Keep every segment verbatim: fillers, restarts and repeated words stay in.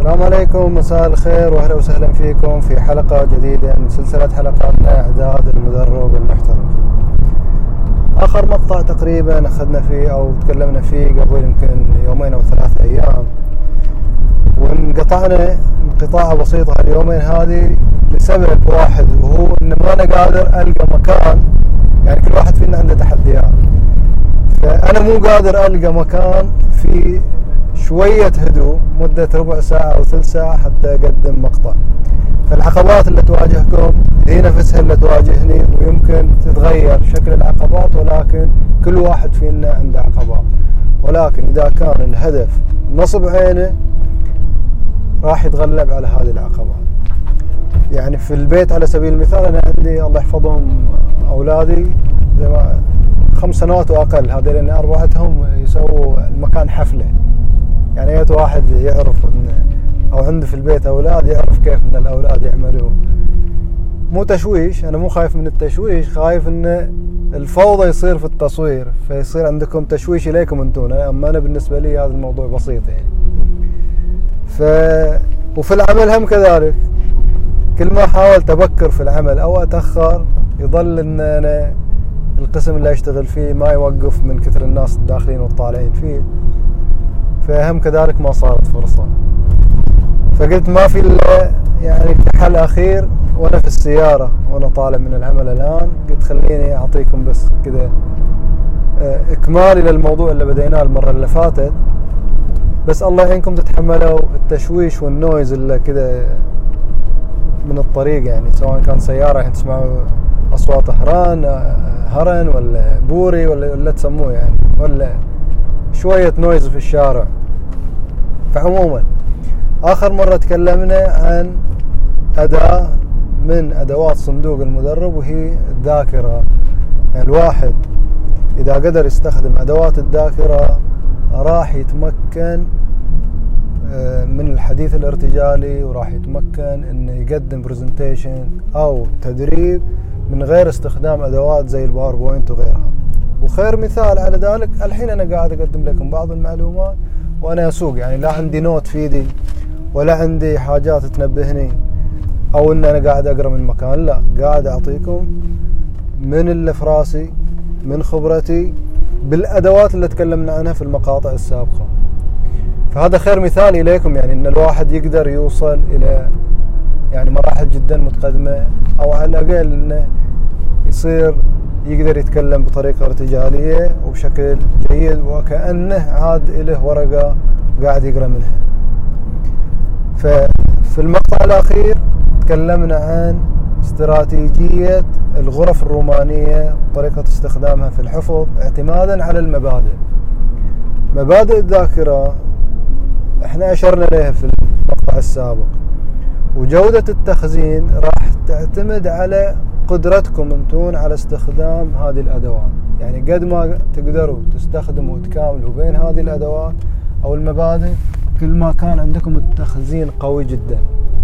السلام عليكم، مساء الخير واهلا وسهلا فيكم في حلقة جديدة من سلسلة حلقاتنا إعداد المدرب المحترف. آخر مقطع تقريبا أخذنا فيه أو تكلمنا فيه قبل يمكن يومين أو ثلاثة أيام، وانقطعنا انقطاعة بسيطة اليومين هذه لسبب واحد، وهو إن ما أنا قادر ألقى مكان. يعني كل واحد فينا عنده تحديات، فأنا مو قادر ألقى مكان في شوية هدوء مدة ربع ساعة أو ثلث ساعة حتى أقدم مقطع. فالعقبات اللي تواجهكم هي نفسها اللي تواجهني، ويمكن تتغير شكل العقبات، ولكن كل واحد فينا عنده عقبات. ولكن إذا كان الهدف نصب عينه راح يتغلب على هذه العقبات. يعني في البيت على سبيل المثال، أنا عندي الله يحفظهم أولادي زي ما خمس سنوات وأقل، هذول لأن أربعتهم يسووا المكان حفلة. يعني أي واحد يعرف إن أو عنده في البيت أولاد يعرف كيف إن الأولاد يعملوا. مو تشويش، أنا مو خايف من التشويش، خايف إن الفوضى يصير في التصوير فيصير عندكم تشويش إليكم أنتون. أما أنا بالنسبة لي هذا الموضوع بسيط يعني. ف وفي العمل هم كذلك، كل ما حاولت أبكر في العمل أو أتأخر يظل إن أنا القسم اللي أشتغل فيه ما يوقف من كثر الناس الداخلين والطالعين فيه. فهم كذلك ما صارت فرصة، فقلت ما في إلا يعني حل أخير وأنا في السيارة وأنا طالع من العمل الآن، قلت خليني أعطيكم بس كذا إكمالي للموضوع اللي بديناه المرة اللي فاتت. بس الله يعينكم تتحملوا التشويش والنويز اللي كذا من الطريق، يعني سواء كان سيارة يعني تسمعوا أصوات هران هرن ولا بوري ولا ولا تسموه يعني، ولا شوية نويز في الشارع. فعموما آخر مرة تكلمنا عن أداة من أدوات صندوق المدرب، وهي الذاكرة. يعني الواحد إذا قدر يستخدم أدوات الذاكرة راح يتمكن من الحديث الارتجالي، وراح يتمكن إنه يقدم برزنتيشن أو تدريب من غير استخدام أدوات زي الباوربوينت وغيرها. وخير مثال على ذلك الحين أنا قاعد أقدم لكم بعض المعلومات وأنا أسوق، يعني لا عندي نوت في يدي ولا عندي حاجات تنبهني أو إن أنا قاعد أقرأ من مكان، لا، قاعد أعطيكم من اللي في راسي من خبرتي بالأدوات اللي تكلمنا عنها في المقاطع السابقة. فهذا خير مثال إليكم، يعني إن الواحد يقدر يوصل إلى يعني مراحل جدا متقدمة، أو على الأقل إنه يصير يقدر يتكلم بطريقة ارتجالية وبشكل جيد وكأنه عاد إله ورقة قاعد يقرأ منها. ففي المقطع الأخير تكلمنا عن استراتيجية الغرف الرومانية وطريقة استخدامها في الحفظ اعتمادا على المبادئ. مبادئ الذاكرة احنا أشرنا لها في المقطع السابق، وجودة التخزين راح تعتمد على قدرتكم انتون على استخدام هذه الأدوات. يعني قد ما تقدروا تستخدموا وتكاملوا بين هذه الأدوات أو المبادئ، كل ما كان عندكم التخزين قوي جدا.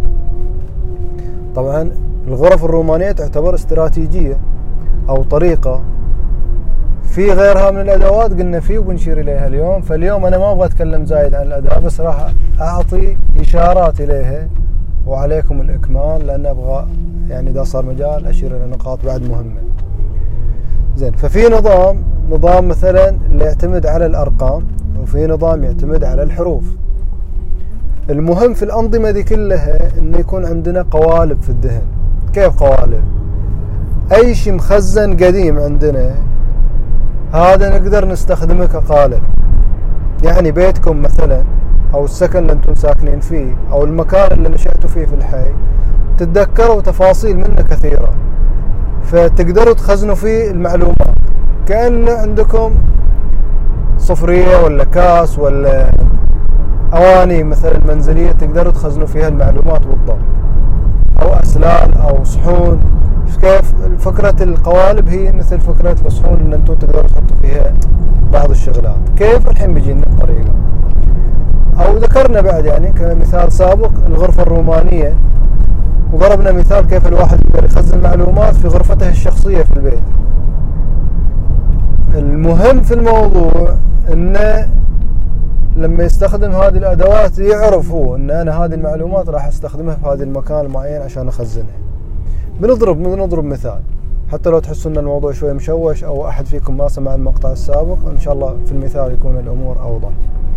طبعا الغرف الرومانية تعتبر استراتيجية أو طريقة، في غيرها من الأدوات قلنا فيه وبنشير إليها اليوم. فاليوم أنا ما أبغى أتكلم زايد عن الأداة، بس راح أعطي إشارات إليها وعليكم الإكمال، لأن أبغى يعني إذا صار مجال أشير إلى نقاط بعد مهمة. زين، ففي نظام نظام مثلا اللي يعتمد على الأرقام، وفي نظام يعتمد على الحروف. المهم في الأنظمة دي كلها إن يكون عندنا قوالب في الذهن. كيف قوالب؟ أي شيء مخزن قديم عندنا هذا نقدر نستخدمه كقالب. يعني بيتكم مثلا أو السكن اللي أنتم ساكنين فيه أو المكان اللي نشأتوا فيه في الحي، تتذكروا تفاصيل منه كثيرة، فتقدروا تخزنوا فيه المعلومات. كأن عندكم صفرية ولا كاس ولا أواني مثلا منزلية تقدروا تخزنوا فيها المعلومات بالضبط، أو أسلال أو صحون. كيف فكرة القوالب هي مثل فكرة الصحون، إن أنتم تقدروا تحطوا فيها بعض الشغلات. كيف الحين بيجينا الطريقة. أو ذكرنا بعد يعني كمثال سابق الغرفة الرومانية، وضربنا مثال كيف الواحد يقدر يخزن معلومات في غرفته الشخصية في البيت. المهم في الموضوع إن لما يستخدم هذه الأدوات يعرف هو أن أنا هذه المعلومات راح أستخدمها في هذا المكان المعين عشان أخزنها. بنضرب بنضرب مثال حتى لو تحسوا أن الموضوع شوي مشوش أو أحد فيكم ما سمع المقطع السابق، إن شاء الله في المثال يكون الأمور أوضح.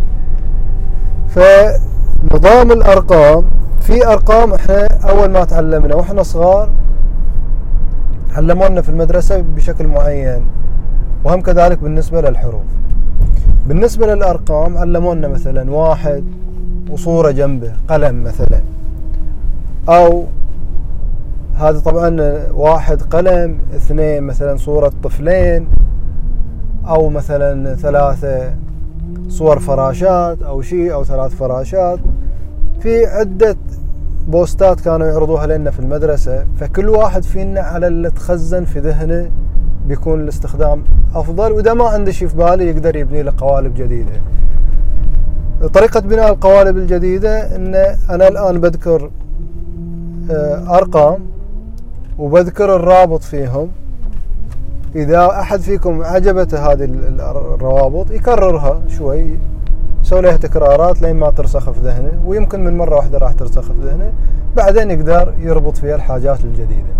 فنظام الأرقام، في أرقام إحنا أول ما تعلمنا وإحنا صغار علمونا في المدرسة بشكل معين، وهم كذلك بالنسبة للحروف. بالنسبة للأرقام علمونا مثلا واحد وصورة جنبه قلم مثلا، أو هذا طبعا واحد قلم، اثنين مثلا صورة طفلين، أو مثلا ثلاثة صور فراشات أو شيء، أو ثلاث فراشات. في عدة بوستات كانوا يعرضوها لنا في المدرسة، فكل واحد فينا على اللي تخزن في ذهنه بيكون الاستخدام أفضل، وإذا ما عنده شيء في باله يقدر يبني له قوالب جديدة. طريقة بناء القوالب الجديدة إن أنا الآن بذكر أرقام وبذكر الرابط فيهم. إذا أحد فيكم عجبته هذه الروابط يكررها شوي، يسوي لها تكرارات لين ما ترسخ في ذهنه، ويمكن من مرة واحدة راح ترسخ في ذهنه، بعدين يقدر يربط فيها الحاجات الجديدة.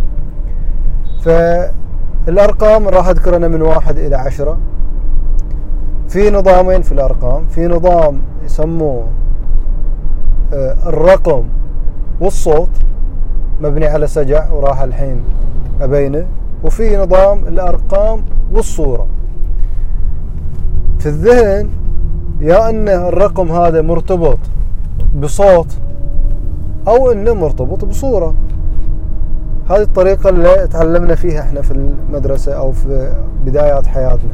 فالأرقام راح أذكر أنا من واحد إلى عشرة. في نظامين في الأرقام، في نظام يسموه الرقم والصوت مبني على سجع وراح الحين أبينه، وفي نظام الأرقام والصورة. في الذهن يا أن الرقم هذا مرتبط بصوت أو أنه مرتبط بصورة. هذه الطريقة اللي تعلمنا فيها احنا في المدرسة أو في بدايات حياتنا.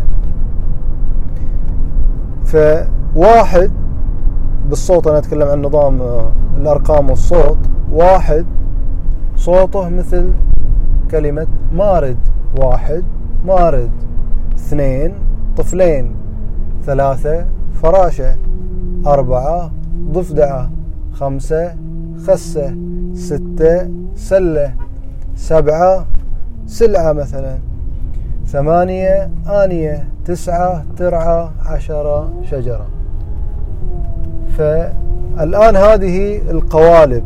فواحد بالصوت، أنا أتكلم عن نظام الأرقام والصوت. واحد صوته مثل كلمة مارد، واحد مارد. اثنين طفلين. ثلاثة فراشة. أربعة ضفدعة. خمسة خسة. ستة سلة. سبعة سلعة مثلا. ثمانية آنية. تسعة ترعة. عشرة شجرة. فالآن هذه القوالب.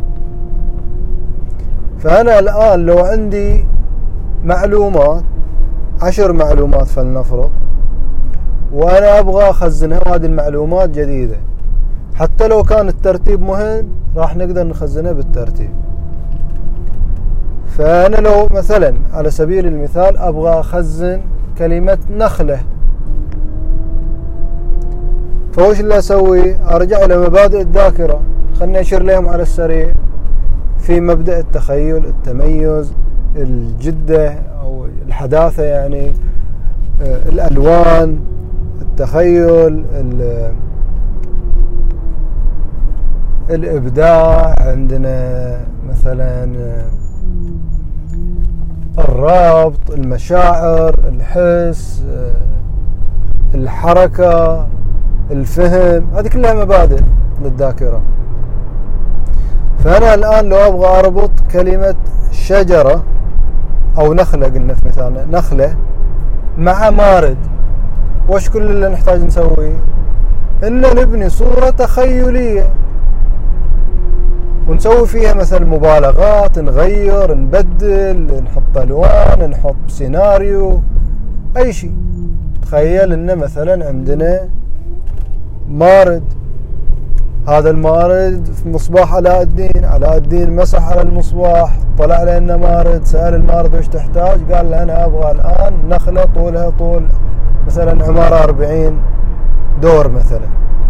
فأنا الآن لو عندي معلومات، عشر معلومات فلنفرض، وأنا أبغى أخزنها، وهذه المعلومات جديدة، حتى لو كان الترتيب مهم راح نقدر نخزنها بالترتيب. فأنا لو مثلا على سبيل المثال أبغى أخزن كلمة نخلة، فوش اللي أسوي؟ أرجع إلى مبادئ الذاكرة، خلني أشير لهم على السريع. في مبدأ التخيل، التميز، الجدة أو الحداثة، يعني الألوان، التخيل، الإبداع، عندنا مثلا الربط، المشاعر، الحس، الحركة، الفهم. هذه كلها مبادئ للذاكرة. فأنا الآن لو أبغى أربط كلمة شجرة أو نخلة، قلنا في مثالنا نخلة، مع مارد، وش كل اللي نحتاج نسويه؟ إن نبني صورة تخيلية ونسوي فيها مثل مبالغات، نغير، نبدل، نحط ألوان، نحط سيناريو، أي شيء. تخيل إن مثلا عندنا مارد، هذا المارد في مصباح علاء الدين، علاء الدين مسح على المصباح، طلع لنا مارد، سأل المارد وش تحتاج، قال له أنا أبغى الآن نخلة طولها طول مثلا عمارة أربعين دور مثلا.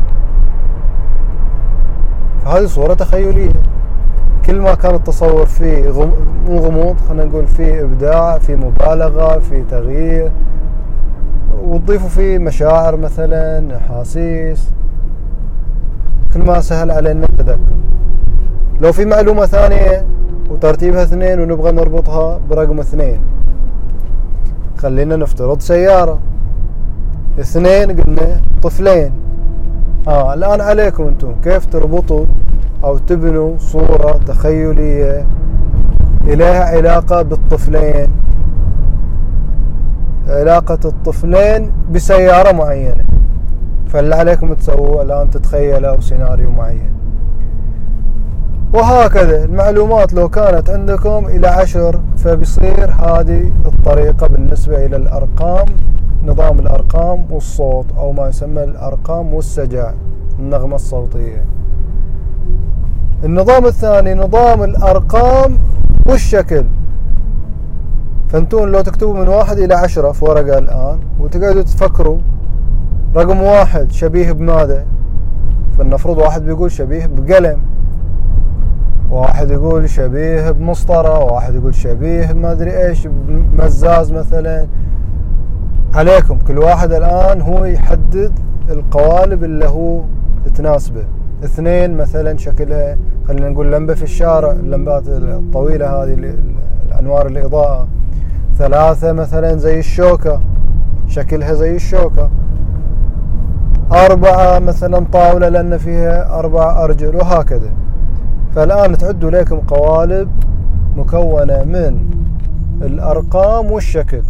فهذه صورة تخيلية. كل ما كان التصور فيه غم... مو غموض، خلينا نقول فيه إبداع، فيه مبالغة، فيه تغيير، وتضيفوا فيه مشاعر مثلا، أحاسيس، كل ما سهل علينا التذكر. لو في معلومة ثانية وترتيبها اثنين ونبغى نربطها برقم اثنين، خلينا نفترض سيارة. اثنين قلنا طفلين. آه الآن عليكم أنتم كيف تربطوا أو تبنوا صورة تخيلية إليها علاقة بالطفلين، علاقة الطفلين بسيارة معينة. فاللي عليكم تسووه الآن تتخيلوا سيناريو معين. وهكذا المعلومات لو كانت عندكم إلى عشر فبيصير هذه الطريقة بالنسبة إلى الأرقام، نظام الأرقام والصوت أو ما يسمى الأرقام والسجع، النغمة الصوتية. النظام الثاني نظام الأرقام والشكل. فانتون لو تكتبوا من واحد إلى عشرة في ورقة الآن وتقعدوا تفكروا رقم واحد شبيه بماذا، فالنفرض واحد بيقول شبيه بقلم، واحد يقول شبيه بمسطرة، واحد يقول شبيه ما أدري إيش بمزاز مثلا. عليكم كل واحد الآن هو يحدد القوالب اللي هو تناسبه. اثنين مثلا شكلها خلينا نقول لمبة في الشارع، اللمبات الطويلة هذه الأنوار الإضاءة. ثلاثة مثلا زي الشوكة، شكلها زي الشوكة. أربعة مثلا طاولة لأن فيها أربع أرجل، وهكذا. فالآن تعدوا لكم قوالب مكونة من الأرقام والشكل.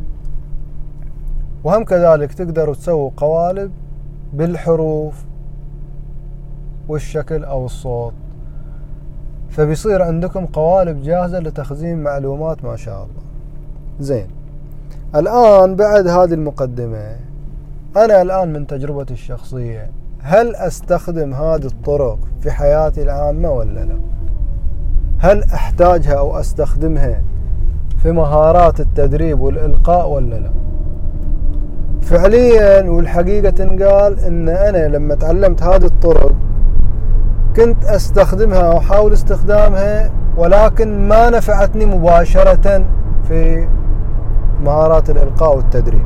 وهم كذلك تقدروا تسووا قوالب بالحروف والشكل أو الصوت، فبيصير عندكم قوالب جاهزة لتخزين معلومات ما شاء الله. زين، الآن بعد هذه المقدمة أنا الآن من تجربتي الشخصية هل أستخدم هذه الطرق في حياتي العامة ولا لا؟ هل أحتاجها أو أستخدمها في مهارات التدريب والإلقاء ولا لا؟ فعليا والحقيقة تنقال إن أنا لما تعلمت هذه الطرق كنت أستخدمها وأحاول استخدامها، ولكن ما نفعتني مباشرة في مهارات الإلقاء والتدريب.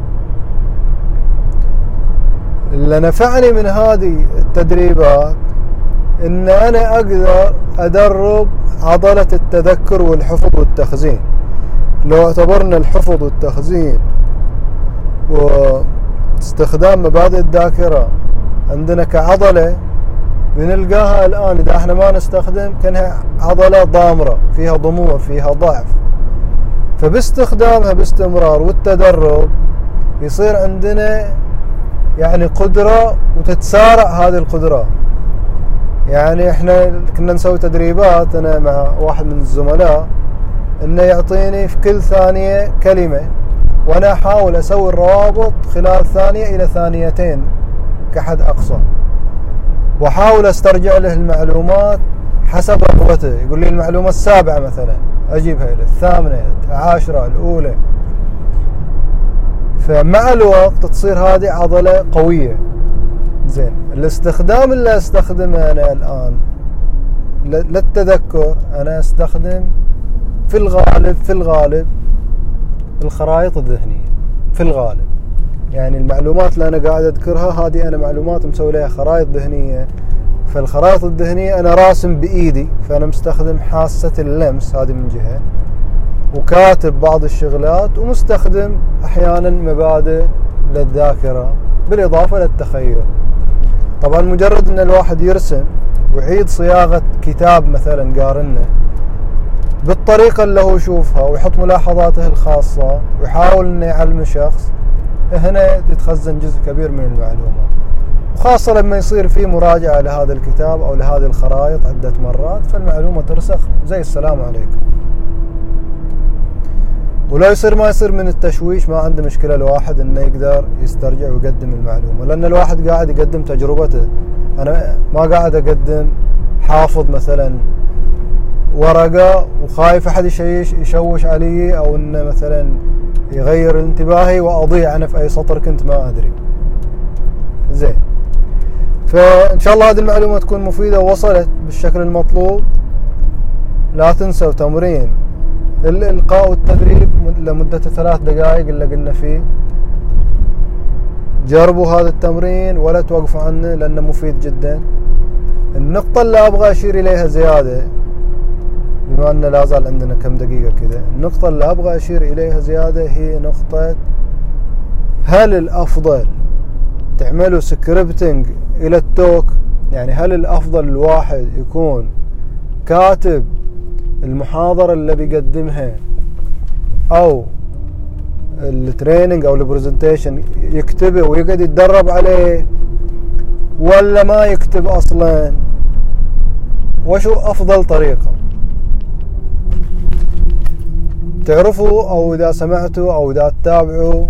اللي نفعني من هذه التدريبات إن أنا أقدر أدرب عضلة التذكر والحفظ والتخزين. لو اعتبرنا الحفظ والتخزين واستخدام مبادئ الذاكرة عندنا كعضلة، بنلقاها الآن إذا احنا ما نستخدم كأنها عضلة ضامرة فيها ضمور فيها ضعف. فباستخدامها باستمرار والتدرب يصير عندنا يعني قدرة وتتسارع هذه القدرة. يعني احنا كنا نسوي تدريبات انا مع واحد من الزملاء انه يعطيني في كل ثانية كلمة، وانا احاول اسوي الروابط خلال ثانية الى ثانيتين كحد اقصى، واحاول استرجع له المعلومات حسب رغبته. يقول لي المعلومة السابعة مثلا اجيبها له، الثامنة، العاشرة، الاولى. فمع الوقت تصير هذه عضلة قوية. زين، الاستخدام اللي استخدمه انا الان للتذكر، انا استخدم في الغالب في الغالب الخرائط الذهنية في الغالب. يعني المعلومات اللي انا قاعد اذكرها هذه انا معلومات مسوي لها خرائط ذهنية. فالخرائط الذهنية انا راسم بايدي، فانا مستخدم حاسة اللمس هذه من جهة، وكاتب بعض الشغلات، ومستخدم احيانا مبادئ للذاكرة بالاضافة للتخيل. طبعا مجرد ان الواحد يرسم ويعيد صياغة كتاب مثلا قارنه بالطريقة اللي هو يشوفها ويحط ملاحظاته الخاصة ويحاول انه يعلم شخص، هنا يتخزن جزء كبير من المعلومات. وخاصة لما يصير في مراجعة لهذا الكتاب او لهذه الخرائط عدة مرات، فالمعلومة ترسخ زي السلام عليكم. ولا يصير ما يصير من التشويش، ما عنده مشكلة الواحد انه يقدر يسترجع ويقدم المعلومة، لان الواحد قاعد يقدم تجربته. انا ما قاعد اقدم حافظ مثلا ورقة وخايف احد يشيش يشوش علي، او انه مثلا يغير انتباهي واضيع انا في اي سطر كنت ما ادري. زين، فان شاء الله هذه المعلومة تكون مفيدة ووصلت بالشكل المطلوب. لا تنسوا تمرين الإلقاء والتدريب لمدة ثلاث دقائق اللي قلنا فيه. جربوا هذا التمرين ولا توقفوا عنه لأنه مفيد جدا. النقطة اللي أبغى أشير إليها زيادة، بما أن لا زال عندنا كم دقيقة كذا، النقطة اللي أبغى أشير إليها زيادة هي نقطة هل الأفضل تعملوا سكريبتنج إلى التوك؟ يعني هل الأفضل الواحد يكون كاتب المحاضرة اللي بيقدمها أو التريننج او البرزنتيشن يكتبه ويقعد يتدرب عليه، ولا ما يكتب اصلا؟ وشو افضل طريقة؟ تعرفوا او اذا سمعتوا او اذا تتابعوا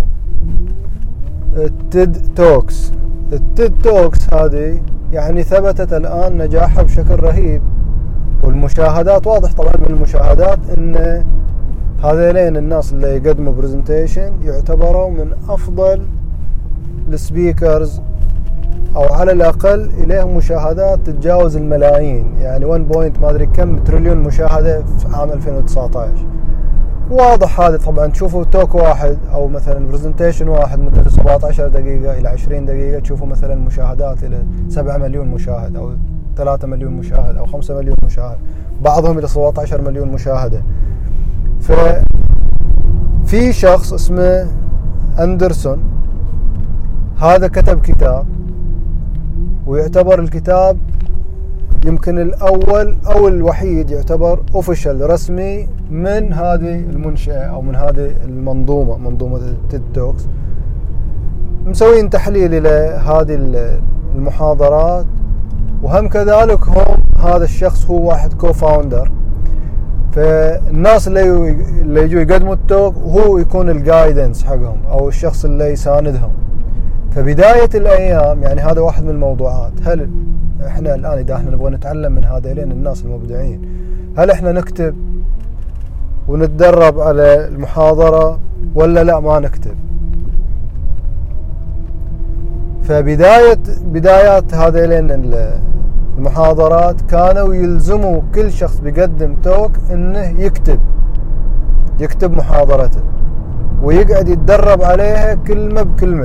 التيد توكس. التيد توكس هذه يعني ثبتت الان نجاحها بشكل رهيب، والمشاهدات واضح طبعا من المشاهدات ان هذين الناس اللي يقدموا برزنتيشن يعتبروا من افضل السبيكرز، او على الاقل اليهم مشاهدات تتجاوز الملايين، يعني واحد بوينت ما ادري كم تريليون مشاهدة في عام ألفين وتسعة عشر. واضح هذا طبعا. تشوفوا توك واحد او مثلا برزنتيشن واحد مدته سبعة عشر دقيقة الى عشرين دقيقة، تشوفوا مثلا مشاهدات الى سبعة مليون مشاهد او ثلاثة مليون مشاهد او خمسة مليون مشاهد، بعضهم الى سبعة عشر مليون مشاهدة. ففي شخص اسمه أندرسون، هذا كتب كتاب، ويعتبر الكتاب يمكن الأول أو الوحيد يعتبر اوفيشال رسمي من هذه المنشأة أو من هذه المنظومة، منظومة التيد توكس. مسوين تحليل إلى هذه المحاضرات، وهم كذلك هم هذا الشخص هو واحد كو-فاوندر. فالناس اللي اللي يجوا يقدموا التوك هو يكون الجايدنس حقهم او الشخص اللي يساندهم. فبداية الايام يعني هذا واحد من الموضوعات، هل احنا الان اذا احنا نبغى نتعلم من هذين الناس المبدعين، هل احنا نكتب ونتدرب على المحاضرة ولا لا ما نكتب؟ فبداية بدايات هذين المحاضرات كانوا يلزموا كل شخص بيقدم توك انه يكتب يكتب محاضرته ويقعد يتدرب عليها كلمة بكلمة.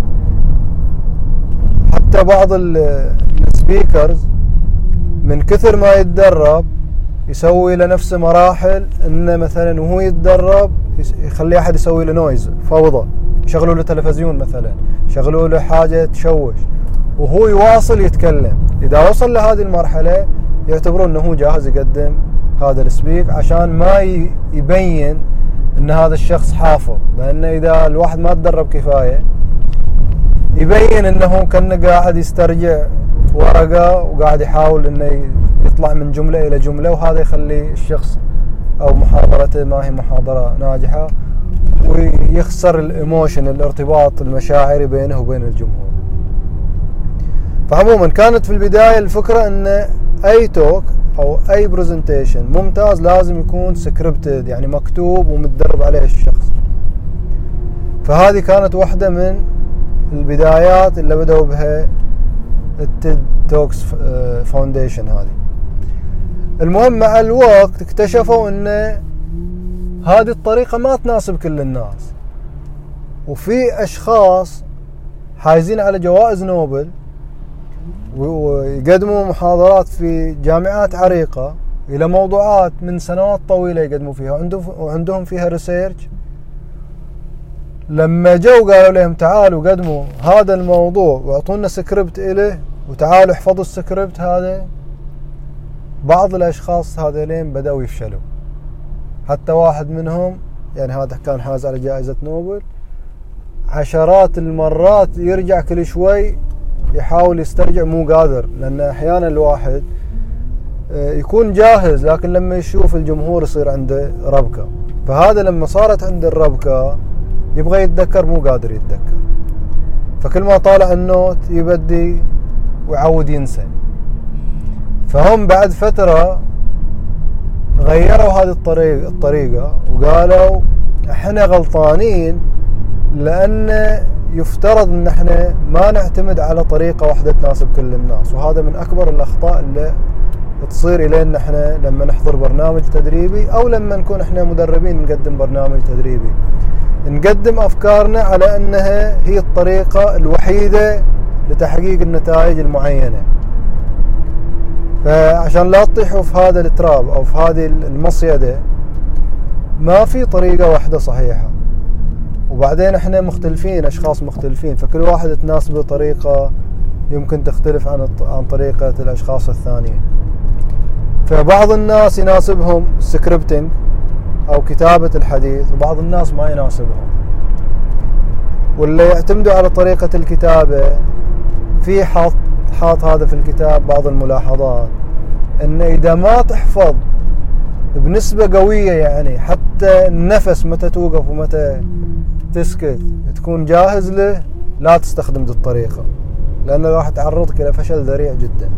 حتى بعض السبيكرز من كثر ما يتدرب يسوي لنفسه مراحل، انه مثلا وهو يتدرب يخلي احد يسوي له نويز، فوضى، يشغلوا له تلفزيون مثلا، يشغلوا له حاجة تشوش، وهو يواصل يتكلم. اذا وصل لهذه المرحلة يعتبرون انه هو جاهز يقدم هذا السبيك، عشان ما يبين ان هذا الشخص حافظ. لان اذا الواحد ما تدرب كفاية يبين انه كأنه قاعد يسترجع ورقة وقاعد يحاول انه يطلع من جملة الى جملة، وهذا يخلي الشخص او محاضرته ما هي محاضرة ناجحة، ويخسر الايموشن، الارتباط المشاعري بينه وبين الجمهور. فعموما كانت في البداية الفكرة ان اي توك او اي برزنتيشن ممتاز لازم يكون سكريبتد، يعني مكتوب ومتدرب عليه الشخص. فهذه كانت واحدة من البدايات اللي بدأوا بها التيد توكس فاونديشن هذه. المهم مع الوقت اكتشفوا ان هذه الطريقة ما تناسب كل الناس، وفي اشخاص حايزين على جوائز نوبل ويقدموا محاضرات في جامعات عريقة الى موضوعات من سنوات طويلة يقدموا فيها، وعندهم فيها ريسيرش. لما جو قالوا لهم تعالوا قدموا هذا الموضوع واعطونا سكريبت إله وتعالوا احفظوا السكريبت هذا، بعض الاشخاص هذين بدأوا يفشلوا. حتى واحد منهم يعني هذا كان حاز على جائزة نوبل، عشرات المرات يرجع كل شوي يحاول يسترجع، مو قادر. لأن أحيانا الواحد يكون جاهز لكن لما يشوف الجمهور يصير عنده ربكة. فهذا لما صارت عنده الربكة يبغى يتذكر، مو قادر يتذكر، فكل ما طالع النوت يبدي ويعود ينسى. فهم بعد فترة غيروا هذه الطريقة, الطريقة وقالوا احنا غلطانين، لأن يفترض ان احنا ما نعتمد على طريقة واحدة تناسب كل الناس. وهذا من اكبر الاخطاء اللي تصير الينا احنا لما نحضر برنامج تدريبي، او لما نكون احنا مدربين نقدم برنامج تدريبي، نقدم افكارنا على انها هي الطريقة الوحيدة لتحقيق النتائج المعينة. فعشان لا تطيحوا في هذا التراب او في هذه المصيدة، ما في طريقة واحدة صحيحة. وبعدين احنا مختلفين، اشخاص مختلفين، فكل واحد تناسبه طريقة يمكن تختلف عن عن طريقة الاشخاص الثانيين. فبعض الناس يناسبهم سكريبتنج او كتابة الحديث، وبعض الناس ما يناسبهم. واللي يعتمدوا على طريقة الكتابة في حاط حاط هذا في الكتاب بعض الملاحظات، ان اذا ما تحفظ بنسبة قوية، يعني حتى النفس متى توقف ومتى تسكت تكون جاهز له، لا تستخدم ذي الطريقة، لأنه راح تعرضك إلى فشل ذريع جدا.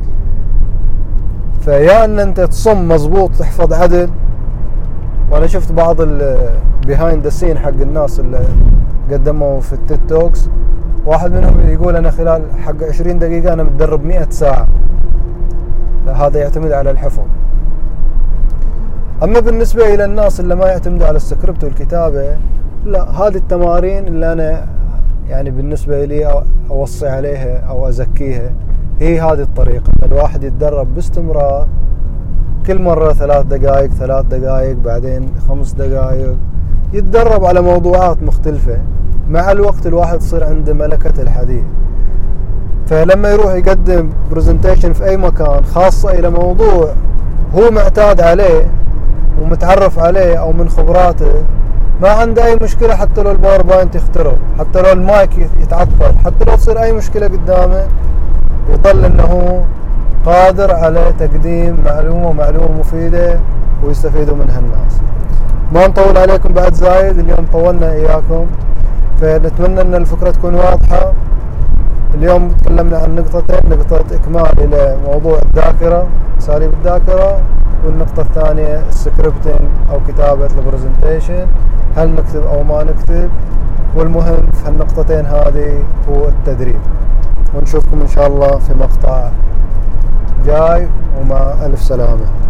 فيا أن أنت تصم مضبوط تحفظ عدل. وأنا شفت بعض البيهايند ذا سين حق الناس اللي قدموا في التيد توكس، واحد منهم يقول أنا خلال حق عشرين دقيقة أنا متدرب مئة ساعة. هذا يعتمد على الحفظ. أما بالنسبة إلى الناس اللي ما يعتمدوا على السكريبت والكتابة، لا، هذه التمارين اللي أنا يعني بالنسبة لي أوصي عليها أو أزكيها هي هذه الطريقة. الواحد يتدرب باستمرار، كل مرة ثلاث دقائق ثلاث دقائق بعدين خمس دقائق، يتدرب على موضوعات مختلفة. مع الوقت الواحد يصير عنده ملكة الحديث، فلما يروح يقدم برزنتيشن في أي مكان خاصة إلى موضوع هو معتاد عليه ومتعرف عليه أو من خبراته، ما عنده أي مشكلة. حتى لو الباوربوينت يخترب، حتى لو المايك يتعطل، حتى لو تصير أي مشكلة قدامه، يظل أنه قادر على تقديم معلومة معلومة مفيدة ويستفيدوا منها الناس. ما نطول عليكم بعد زايد، اليوم طولنا إياكم، فنتمنى أن الفكرة تكون واضحة. اليوم تكلمنا عن نقطتين: نقطة إكمال إلى موضوع الذاكرة، أساليب الذاكرة، والنقطة الثانية السكريبتنج أو كتابة البرزنتيشن، هل نكتب أو ما نكتب. والمهم في النقطتين هذه هو التدريب. ونشوفكم إن شاء الله في مقطع جاي، ومع ألف سلامة.